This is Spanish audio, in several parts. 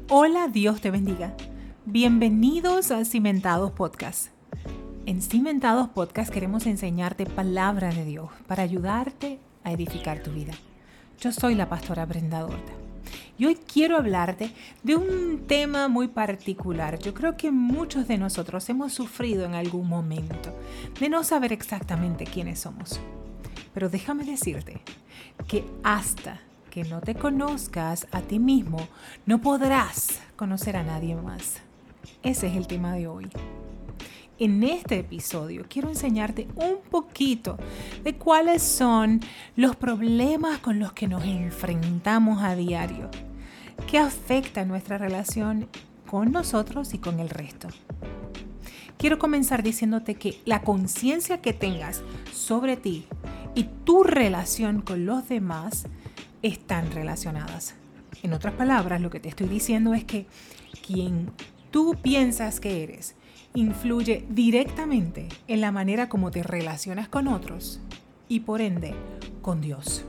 Hola, Dios te bendiga. Bienvenidos a Cimentados Podcast. En Cimentados Podcast queremos enseñarte palabra de Dios para ayudarte a edificar tu vida. Yo soy la pastora Brenda Dorta y hoy quiero hablarte de un tema muy particular. Yo creo que muchos de nosotros hemos sufrido en algún momento de no saber exactamente quiénes somos. Pero déjame decirte que hasta que no te conozcas a ti mismo, no podrás conocer a nadie más. Ese es el tema de hoy. En este episodio quiero enseñarte un poquito de cuáles son los problemas con los que nos enfrentamos a diario, que afectan nuestra relación con nosotros y con el resto. Quiero comenzar diciéndote que la conciencia que tengas sobre ti y tu relación con los demás están relacionadas. En otras palabras, lo que te estoy diciendo es que quien tú piensas que eres influye directamente en la manera como te relacionas con otros y por ende con Dios.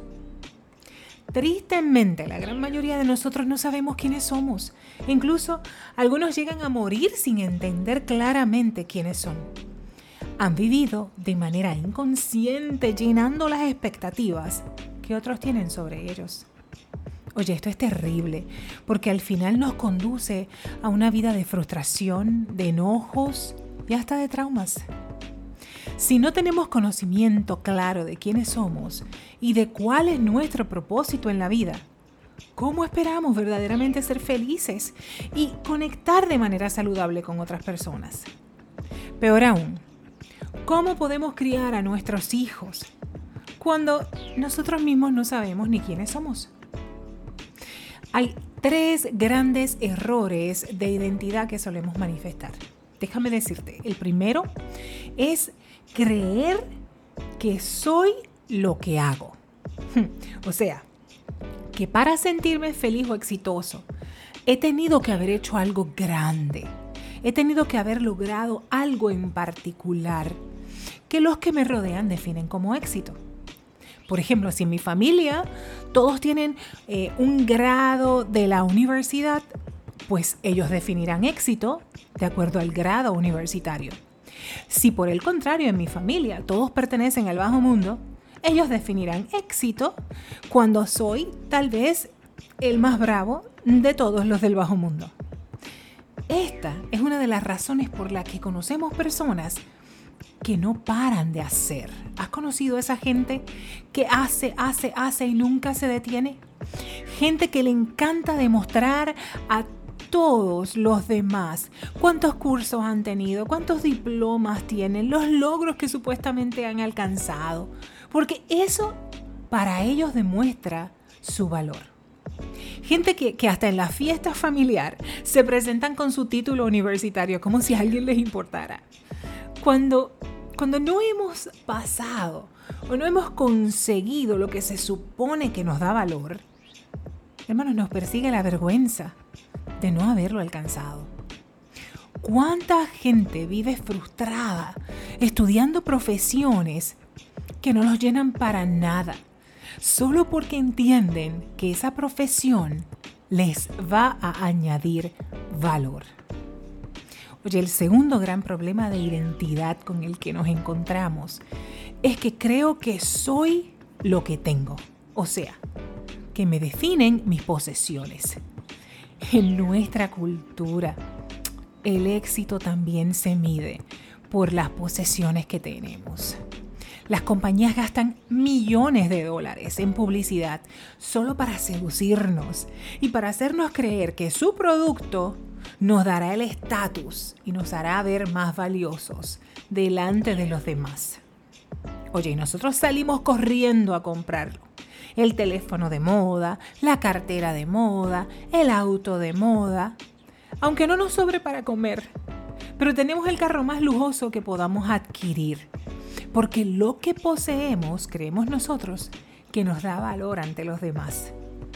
Tristemente, la gran mayoría de nosotros no sabemos quiénes somos. Incluso algunos llegan a morir sin entender claramente quiénes son. Han vivido de manera inconsciente llenando las expectativas que otros tienen sobre ellos. Oye, esto es terrible, porque al final nos conduce a una vida de frustración, de enojos y hasta de traumas. Si no tenemos conocimiento claro de quiénes somos y de cuál es nuestro propósito en la vida, ¿cómo esperamos verdaderamente ser felices y conectar de manera saludable con otras personas? Peor aún, ¿cómo podemos criar a nuestros hijos cuando nosotros mismos no sabemos ni quiénes somos? Hay 3 grandes errores de identidad que solemos manifestar. Déjame decirte, el primero es creer que soy lo que hago. O sea, que para sentirme feliz o exitoso, he tenido que haber hecho algo grande. He tenido que haber logrado algo en particular que los que me rodean definen como éxito. Por ejemplo, si en mi familia todos tienen un grado de la universidad, pues ellos definirán éxito de acuerdo al grado universitario. Si por el contrario en mi familia todos pertenecen al bajo mundo, ellos definirán éxito cuando soy tal vez el más bravo de todos los del bajo mundo. Esta es una de las razones por las que conocemos personas que no paran de hacer. ¿Has conocido a esa gente que hace y nunca se detiene? Gente que le encanta demostrar a todos los demás cuántos cursos han tenido, cuántos diplomas tienen, los logros que supuestamente han alcanzado, porque eso para ellos demuestra su valor. Gente que hasta en la fiesta familiar se presentan con su título universitario como si a alguien les importara. Cuando no hemos pasado o no hemos conseguido lo que se supone que nos da valor, hermanos, nos persigue la vergüenza de no haberlo alcanzado. ¿Cuánta gente vive frustrada estudiando profesiones que no los llenan para nada, solo porque entienden que esa profesión les va a añadir valor? Oye, el segundo gran problema de identidad con el que nos encontramos es que creo que soy lo que tengo. O sea, que me definen mis posesiones. En nuestra cultura, el éxito también se mide por las posesiones que tenemos. Las compañías gastan millones de dólares en publicidad solo para seducirnos y para hacernos creer que su producto nos dará el estatus y nos hará ver más valiosos delante de los demás. Oye, y nosotros salimos corriendo a comprarlo. El teléfono de moda, la cartera de moda, el auto de moda. Aunque no nos sobre para comer, pero tenemos el carro más lujoso que podamos adquirir. Porque lo que poseemos, creemos nosotros, que nos da valor ante los demás.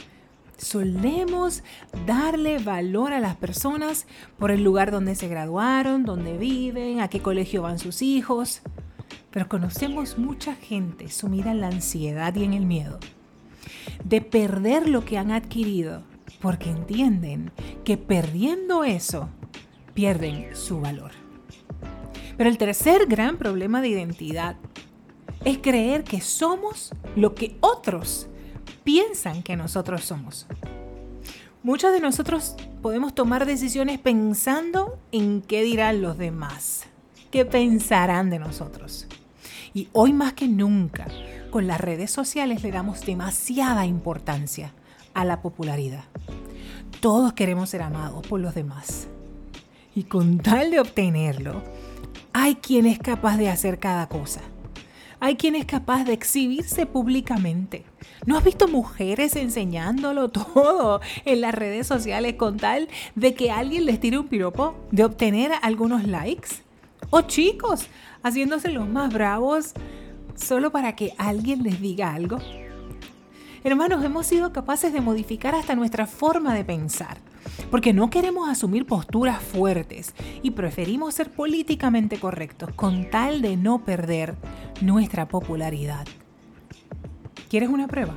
Solemos darle valor a las personas por el lugar donde se graduaron, donde viven, a qué colegio van sus hijos. Pero conocemos mucha gente sumida en la ansiedad y en el miedo de perder lo que han adquirido porque entienden que perdiendo eso, pierden su valor. Pero el tercer gran problema de identidad es creer que somos lo que otros piensan que nosotros somos. Muchos de nosotros podemos tomar decisiones pensando en qué dirán los demás, qué pensarán de nosotros. Y hoy más que nunca, con las redes sociales le damos demasiada importancia a la popularidad. Todos queremos ser amados por los demás. Y con tal de obtenerlo, hay quien es capaz de hacer cada cosa. Hay quien es capaz de exhibirse públicamente. ¿No has visto mujeres enseñándolo todo en las redes sociales con tal de que alguien les tire un piropo, de obtener algunos likes? ¿O chicos haciéndose los más bravos solo para que alguien les diga algo? Hermanos, hemos sido capaces de modificar hasta nuestra forma de pensar, porque no queremos asumir posturas fuertes y preferimos ser políticamente correctos con tal de no perder nuestra popularidad. ¿Quieres una prueba?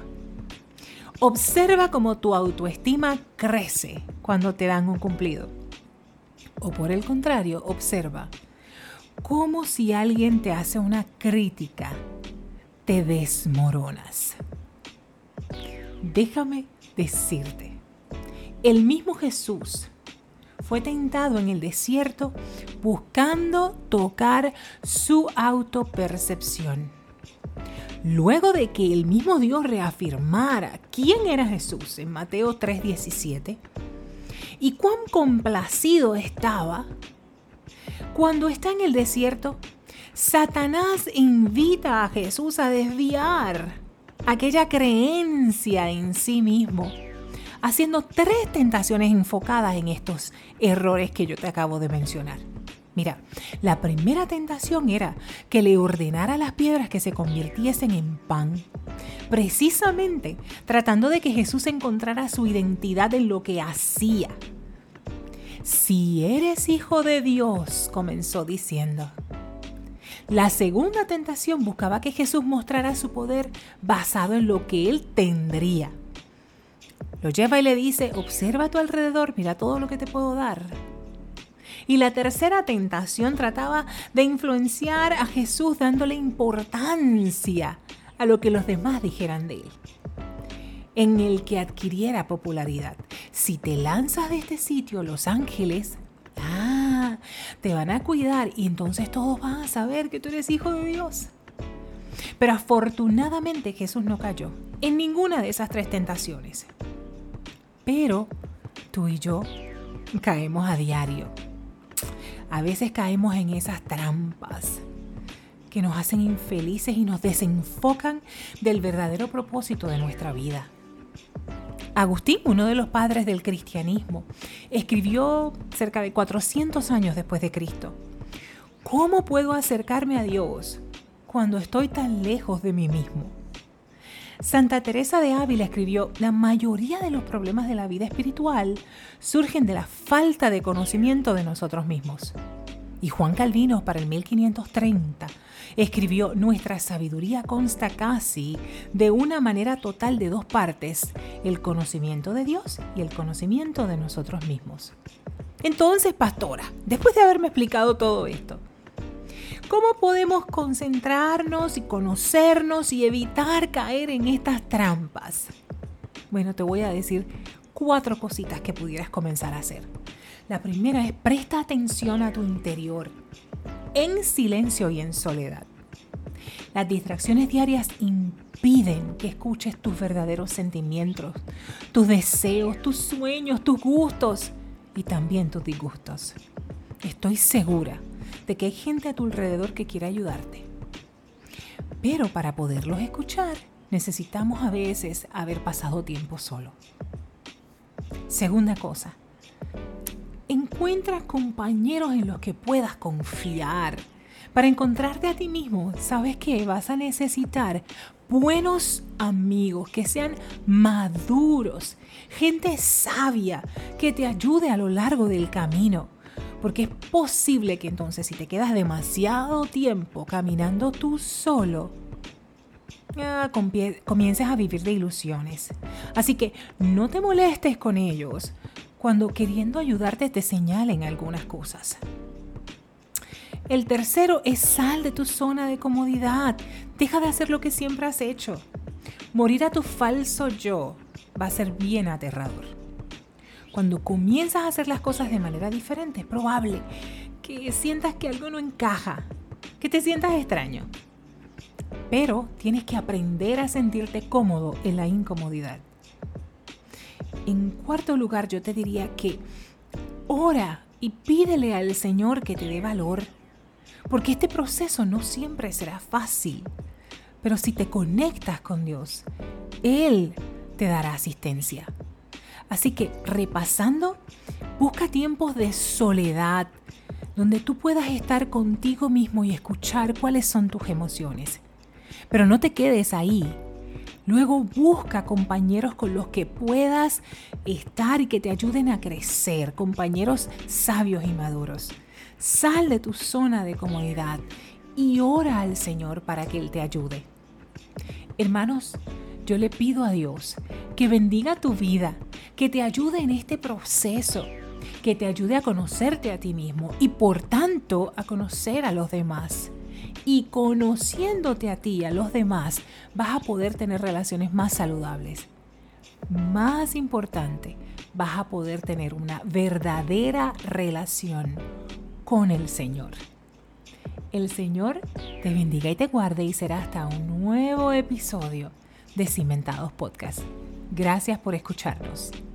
Observa cómo tu autoestima crece cuando te dan un cumplido. O por el contrario, observa cómo si alguien te hace una crítica, te desmoronas. Déjame decirte, el mismo Jesús fue tentado en el desierto buscando tocar su autopercepción. Luego de que el mismo Dios reafirmara quién era Jesús en Mateo 3:17 y cuán complacido estaba, cuando está en el desierto, Satanás invita a Jesús a desviar aquella creencia en sí mismo, haciendo 3 tentaciones enfocadas en estos errores que yo te acabo de mencionar. Mira, la primera tentación era que le ordenara a las piedras que se convirtiesen en pan, precisamente tratando de que Jesús encontrara su identidad en lo que hacía. Si eres hijo de Dios, comenzó diciendo. La segunda tentación buscaba que Jesús mostrara su poder basado en lo que él tendría. Lo lleva y le dice, observa a tu alrededor, mira todo lo que te puedo dar. Y la tercera tentación trataba de influenciar a Jesús dándole importancia a lo que los demás dijeran de él, en el que adquiriera popularidad. Si te lanzas de este sitio, los ángeles, te van a cuidar y entonces todos van a saber que tú eres hijo de Dios. Pero afortunadamente Jesús no cayó en ninguna de esas 3 tentaciones. Pero tú y yo caemos a diario. A veces caemos en esas trampas que nos hacen infelices y nos desenfocan del verdadero propósito de nuestra vida. Agustín, uno de los padres del cristianismo, escribió cerca de 400 años después de Cristo: ¿cómo puedo acercarme a Dios cuando estoy tan lejos de mí mismo? Santa Teresa de Ávila escribió: la mayoría de los problemas de la vida espiritual surgen de la falta de conocimiento de nosotros mismos. Y Juan Calvino, para el 1530, escribió: nuestra sabiduría consta casi de una manera total de 2 partes, el conocimiento de Dios y el conocimiento de nosotros mismos. Entonces, pastora, después de haberme explicado todo esto, ¿cómo podemos concentrarnos y conocernos y evitar caer en estas trampas? Bueno, te voy a decir 4 cositas que pudieras comenzar a hacer. La primera es: presta atención a tu interior, en silencio y en soledad. Las distracciones diarias impiden que escuches tus verdaderos sentimientos, tus deseos, tus sueños, tus gustos y también tus disgustos. Estoy segura de que hay gente a tu alrededor que quiere ayudarte. Pero para poderlos escuchar, necesitamos a veces haber pasado tiempo solo. Segunda cosa: encuentra compañeros en los que puedas confiar. Para encontrarte a ti mismo, ¿sabes qué? Vas a necesitar buenos amigos que sean maduros, gente sabia que te ayude a lo largo del camino. Porque es posible que entonces, si te quedas demasiado tiempo caminando tú solo, comiences a vivir de ilusiones. Así que no te molestes con ellos cuando queriendo ayudarte te señalen algunas cosas. El tercero es sal de tu zona de comodidad. Deja de hacer lo que siempre has hecho. Morir a tu falso yo va a ser bien aterrador. Cuando comienzas a hacer las cosas de manera diferente, es probable que sientas que algo no encaja, que te sientas extraño. Pero tienes que aprender a sentirte cómodo en la incomodidad. En cuarto lugar, yo te diría que ora y pídele al Señor que te dé valor, porque este proceso no siempre será fácil. Pero si te conectas con Dios, Él te dará asistencia. Así que repasando, busca tiempos de soledad, donde tú puedas estar contigo mismo y escuchar cuáles son tus emociones. Pero no te quedes ahí. Luego busca compañeros con los que puedas estar y que te ayuden a crecer, compañeros sabios y maduros. Sal de tu zona de comodidad y ora al Señor para que Él te ayude. Hermanos, yo le pido a Dios que bendiga tu vida, que te ayude en este proceso, que te ayude a conocerte a ti mismo y por tanto a conocer a los demás. Y conociéndote a ti y a los demás, vas a poder tener relaciones más saludables. Más importante, vas a poder tener una verdadera relación con el Señor. El Señor te bendiga y te guarde y será hasta un nuevo episodio de Cimentados Podcast. Gracias por escucharnos.